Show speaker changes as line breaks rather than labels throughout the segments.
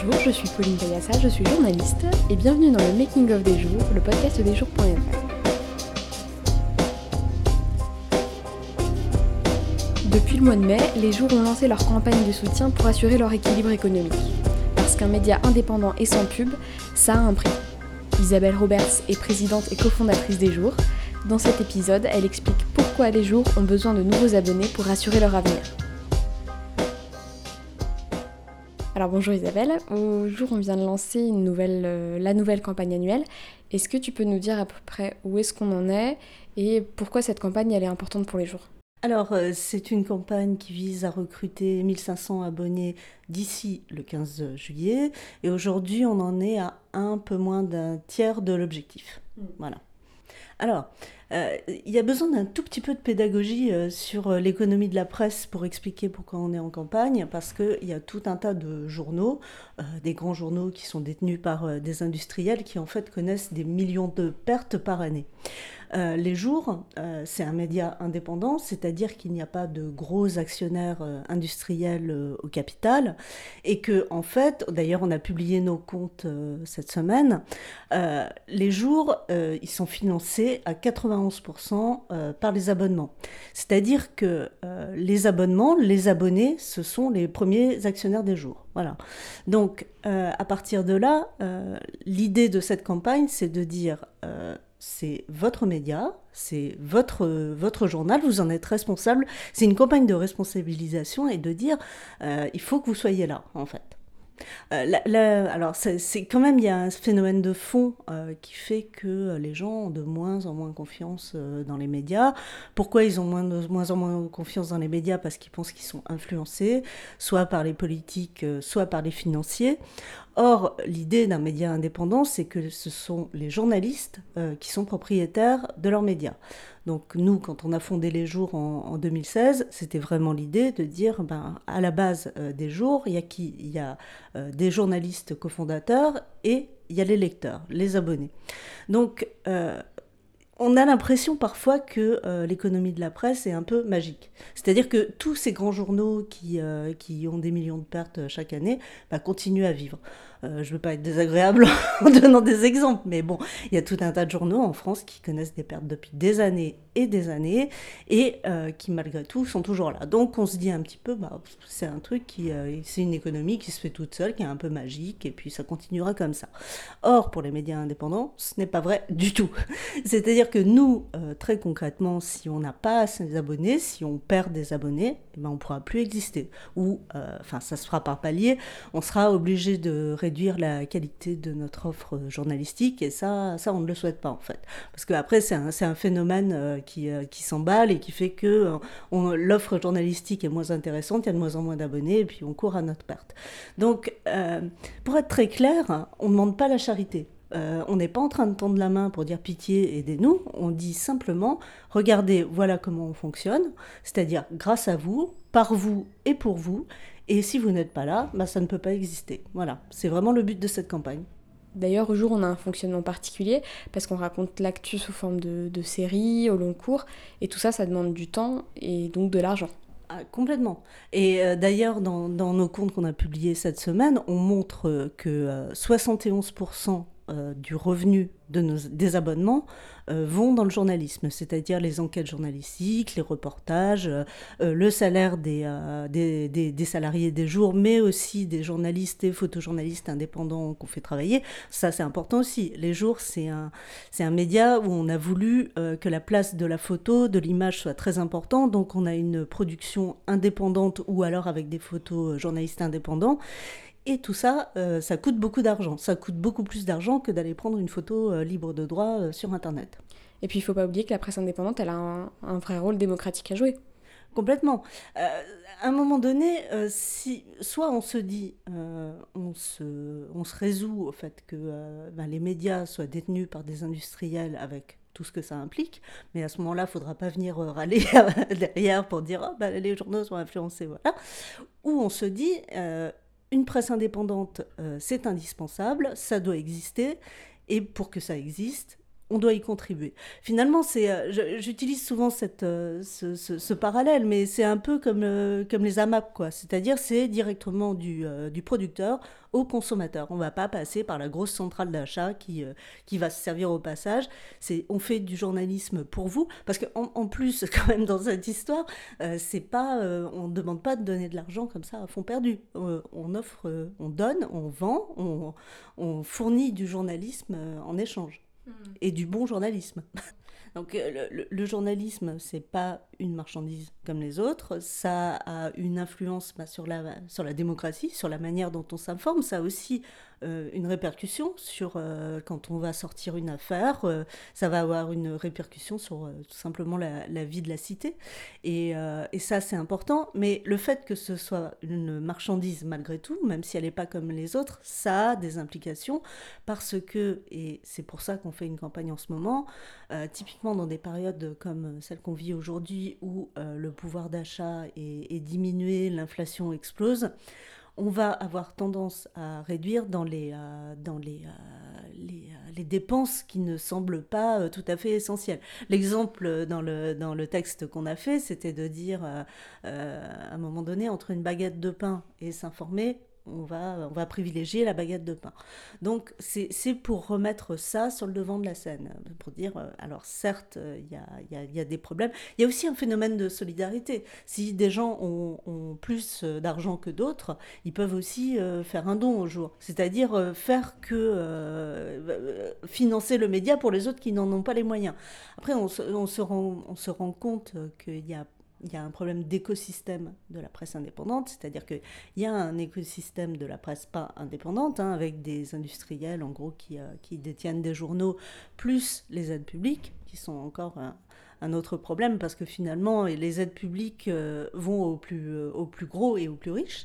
Bonjour, je suis Pauline Payassa, je suis journaliste et bienvenue dans le Making of des jours, le podcast des jours.fr. Depuis le mois de mai, les jours ont lancé leur campagne de soutien pour assurer leur équilibre économique. Parce qu'un média indépendant et sans pub, ça a un prix. Isabelle Roberts est présidente et cofondatrice des jours. Dans cet épisode, elle explique pourquoi les jours ont besoin de nouveaux abonnés pour assurer leur avenir. Alors bonjour Isabelle, au jour on vient de lancer la nouvelle campagne annuelle. Est-ce que tu peux nous dire à peu près où est-ce qu'on en est et pourquoi cette campagne elle est importante pour les jours ?
Alors, c'est une campagne qui vise à recruter 1500 abonnés d'ici le 15 juillet. Et aujourd'hui, on en est à un peu moins d'un tiers de l'objectif. Voilà. Alors, il y a besoin d'un tout petit peu de pédagogie sur l'économie de la presse pour expliquer pourquoi on est en campagne, parce qu'il y a tout un tas de journaux, des grands journaux qui sont détenus par des industriels qui en fait connaissent des millions de pertes par année. Les jours, c'est un média indépendant, c'est-à-dire qu'il n'y a pas de gros actionnaires industriels au capital, et que, en fait, d'ailleurs, on a publié nos comptes cette semaine, les jours, ils sont financés à 91% par les abonnements. C'est-à-dire que les abonnements, les abonnés, ce sont les premiers actionnaires des jours. Voilà. Donc, à partir de là, l'idée de cette campagne, c'est de dire... c'est votre média, c'est votre journal, vous en êtes responsable. C'est une campagne de responsabilisation et de dire il faut que vous soyez là, en fait. Alors, c'est quand même, il y a un phénomène de fond qui fait que les gens ont de moins en moins confiance dans les médias. Pourquoi ils ont de moins en moins confiance dans les médias ? Parce qu'ils pensent qu'ils sont influencés, soit par les politiques, soit par les financiers. Or, l'idée d'un média indépendant, c'est que ce sont les journalistes qui sont propriétaires de leurs médias. Donc nous, quand on a fondé les jours en 2016, c'était vraiment l'idée de dire, à la base des jours, il y a qui ? Il y a des journalistes cofondateurs et il y a les lecteurs, les abonnés. Donc on a l'impression parfois que l'économie de la presse est un peu magique. C'est-à-dire que tous ces grands journaux qui ont des millions de pertes chaque année continuent à vivre. Je ne veux pas être désagréable en donnant des exemples, mais bon, il y a tout un tas de journaux en France qui connaissent des pertes depuis des années et qui malgré tout sont toujours là. Donc on se dit un petit peu, c'est un truc c'est une économie qui se fait toute seule, qui est un peu magique, et puis ça continuera comme ça. Or, pour les médias indépendants, ce n'est pas vrai du tout. C'est-à-dire que nous, très concrètement, si on n'a pas assez d'abonnés, si on perd des abonnés, on ne pourra plus exister. Ou, ça se fera par palier, on sera obligé de réduire la qualité de notre offre journalistique, et ça on ne le souhaite pas en fait. Parce qu'après, c'est un phénomène qui s'emballe et qui fait que l'offre journalistique est moins intéressante, il y a de moins en moins d'abonnés, et puis on court à notre perte. Donc, pour être très clair, on ne demande pas la charité. On n'est pas en train de tendre la main pour dire pitié, aidez-nous. On dit simplement, regardez, voilà comment on fonctionne, c'est-à-dire grâce à vous, par vous et pour vous. Et si vous n'êtes pas là, ça ne peut pas exister. Voilà, c'est vraiment le but de cette campagne.
D'ailleurs, au jour, on a un fonctionnement particulier parce qu'on raconte l'actu sous forme de séries, au long cours, et tout ça, ça demande du temps et donc de l'argent.
Ah, complètement. Et d'ailleurs, dans nos comptes qu'on a publiés cette semaine, on montre que 71% du revenu des abonnements vont dans le journalisme, c'est-à-dire les enquêtes journalistiques, les reportages, le salaire des salariés des jours, mais aussi des journalistes et photojournalistes indépendants qu'on fait travailler. Ça, c'est important aussi. Les jours, c'est un média où on a voulu que la place de la photo, de l'image soit très importante, donc on a une production indépendante ou alors avec des photojournalistes indépendants. Et tout ça, ça coûte beaucoup d'argent. Ça coûte beaucoup plus d'argent que d'aller prendre une photo libre de droit sur Internet.
Et puis, il ne faut pas oublier que la presse indépendante, elle a un vrai rôle démocratique à jouer.
Complètement. À un moment donné, soit on se dit, on se résout au fait que les médias soient détenus par des industriels avec tout ce que ça implique, mais à ce moment-là, il ne faudra pas venir râler derrière pour dire les journaux sont influencés, voilà. Ou on se dit... une presse indépendante, c'est indispensable, ça doit exister, et pour que ça existe, on doit y contribuer. Finalement, j'utilise souvent ce parallèle, mais c'est un peu comme les AMAP, quoi. C'est-à-dire, c'est directement du producteur au consommateur. On ne va pas passer par la grosse centrale d'achat qui va se servir au passage. On fait du journalisme pour vous, parce qu'en plus, quand même, dans cette histoire, on ne demande pas de donner de l'argent comme ça à fond perdu. On offre, on donne, on vend, on fournit du journalisme en échange. Et du bon journalisme. Donc le journalisme, c'est pas une marchandise comme les autres, ça a une influence sur la démocratie, sur la manière dont on s'informe, ça a aussi une répercussion sur quand on va sortir une affaire, ça va avoir une répercussion sur tout simplement la vie de la cité, et ça c'est important, mais le fait que ce soit une marchandise malgré tout, même si elle n'est pas comme les autres, ça a des implications, parce que, et c'est pour ça qu'on fait une campagne en ce moment, typiquement dans des périodes comme celle qu'on vit aujourd'hui où le pouvoir d'achat est diminué, l'inflation explose, on va avoir tendance à réduire dans les dépenses qui ne semblent pas tout à fait essentielles. L'exemple dans le texte qu'on a fait, c'était de dire à un moment donné, entre une baguette de pain et s'informer, on va privilégier la baguette de pain. Donc c'est pour remettre ça sur le devant de la scène, pour dire, alors certes, il y a des problèmes, il y a aussi un phénomène de solidarité. Si des gens ont plus d'argent que d'autres, ils peuvent aussi faire un don au jour, c'est-à-dire faire financer le média pour les autres qui n'en ont pas les moyens. Après, on se rend compte qu'il y a un problème d'écosystème de la presse indépendante, c'est-à-dire qu'il y a un écosystème de la presse pas indépendante, avec des industriels en gros qui détiennent des journaux, plus les aides publiques, qui sont encore un autre problème, parce que finalement les aides publiques vont au plus gros et aux plus riches,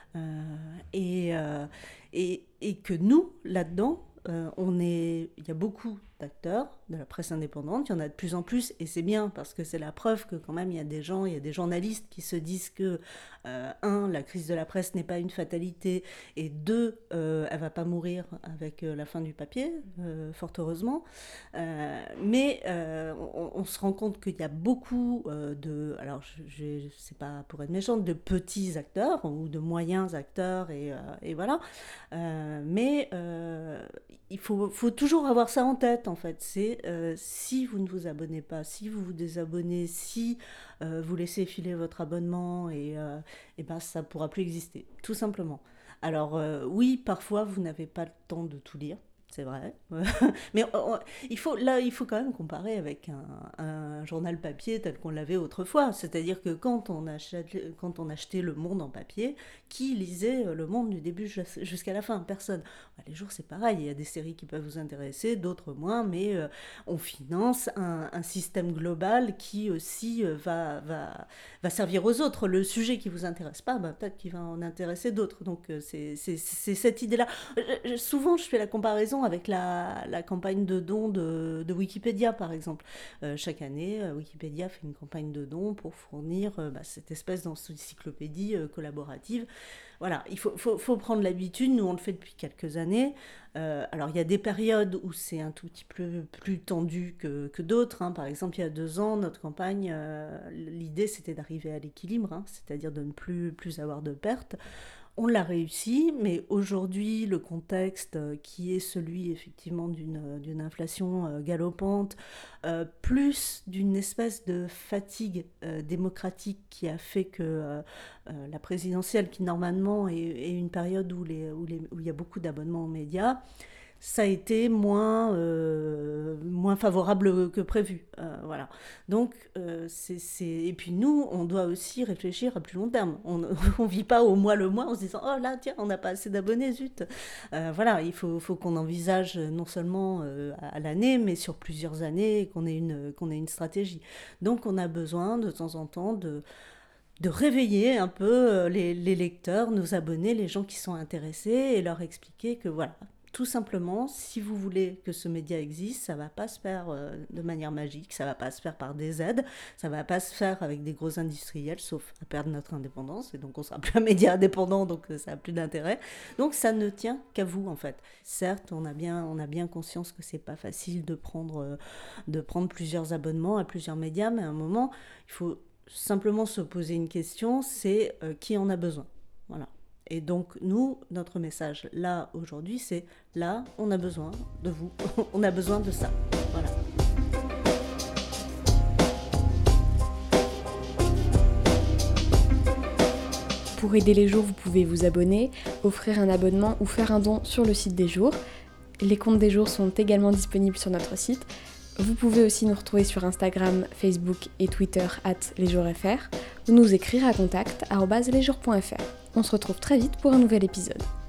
et que nous, là-dedans, il y a beaucoup d'acteurs de la presse indépendante, il y en a de plus en plus, et c'est bien parce que c'est la preuve que quand même il y a des journalistes qui se disent que la crise de la presse n'est pas une fatalité, et deux, elle va pas mourir avec la fin du papier, fort heureusement, mais on se rend compte qu'il y a beaucoup alors c'est pas pour être méchante, de petits acteurs ou de moyens acteurs, et voilà, mais il faut toujours avoir ça en tête, en fait. C'est si vous ne vous abonnez pas, si vous vous désabonnez, si vous laissez filer votre abonnement, et ben ça ne pourra plus exister, tout simplement. Alors oui, parfois vous n'avez pas le temps de tout lire, c'est vrai. Mais il faut quand même comparer avec un journal papier tel qu'on l'avait autrefois. C'est-à-dire que quand on achetait Le Monde en papier, qui lisait Le Monde du début jusqu'à la fin? Personne. Les jours, c'est pareil. Il y a des séries qui peuvent vous intéresser, d'autres moins, mais on finance un système global qui aussi va servir aux autres. Le sujet qui vous intéresse pas, peut-être qu'il va en intéresser d'autres. Donc c'est cette idée-là. Souvent, je fais la comparaison avec la campagne de dons de Wikipédia, par exemple. Chaque année, Wikipédia fait une campagne de dons pour fournir cette espèce d'encyclopédie collaborative. Voilà, il faut prendre l'habitude. Nous, on le fait depuis quelques années. Alors, il y a des périodes où c'est un tout petit peu plus tendu que d'autres. Par exemple, il y a 2 ans, notre campagne, l'idée, c'était d'arriver à l'équilibre, c'est-à-dire de ne plus avoir de pertes. On l'a réussi, mais aujourd'hui, le contexte qui est celui effectivement d'une inflation galopante, plus d'une espèce de fatigue démocratique qui a fait que la présidentielle, qui normalement est une période où il y a beaucoup d'abonnements aux médias, ça a été moins favorable que prévu. Voilà. Donc, et puis nous, on doit aussi réfléchir à plus long terme. On ne vit pas au mois le mois en se disant « Oh là, tiens, on n'a pas assez d'abonnés, zut !» Voilà, il faut qu'on envisage non seulement à l'année, mais sur plusieurs années, qu'on ait une stratégie. Donc, on a besoin de temps en temps de réveiller un peu les lecteurs, nos abonnés, les gens qui sont intéressés, et leur expliquer que voilà, tout simplement, si vous voulez que ce média existe, ça ne va pas se faire de manière magique, ça ne va pas se faire par des aides, ça ne va pas se faire avec des gros industriels, sauf à perdre notre indépendance, et donc on ne sera plus un média indépendant, donc ça n'a plus d'intérêt. Donc ça ne tient qu'à vous, en fait. Certes, on a bien conscience que ce n'est pas facile de prendre plusieurs abonnements à plusieurs médias, mais à un moment, il faut simplement se poser une question, c'est qui en a besoin. Voilà. Et donc, nous, notre message, là, aujourd'hui, c'est là, on a besoin de vous, on a besoin de ça. Voilà.
Pour aider les jours, vous pouvez vous abonner, offrir un abonnement ou faire un don sur le site des jours. Les comptes des jours sont également disponibles sur notre site. Vous pouvez aussi nous retrouver sur Instagram, Facebook et Twitter @lesjours.fr ou nous écrire à contact@lesjours.fr. On se retrouve très vite pour un nouvel épisode.